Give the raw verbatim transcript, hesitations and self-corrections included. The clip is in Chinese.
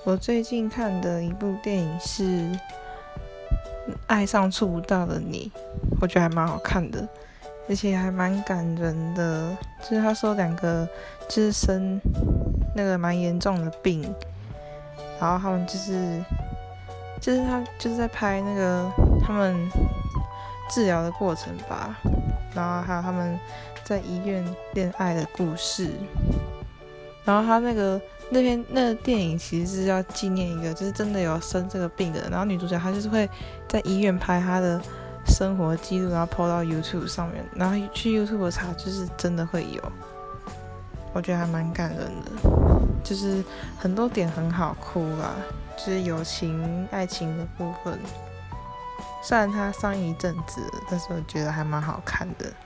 我最近看的一部电影是《爱上触不到的你》，我觉得还蛮好看的，而且还蛮感人的。就是他说两个就是生那个蛮严重的病，然后他们就是就是他就是在拍那个他们治疗的过程吧，然后还有他们在医院恋爱的故事。然后他那个那篇那个电影其实是要纪念一个就是真的有生这个病的人，然后女主角她就是会在医院拍她的生活记录，然后 po 到 YouTube 上面，然后去 YouTube 查就是真的会有，我觉得还蛮感人的，就是很多点很好哭啦，就是友情爱情的部分，虽然它上映一阵子了，但是我觉得还蛮好看的。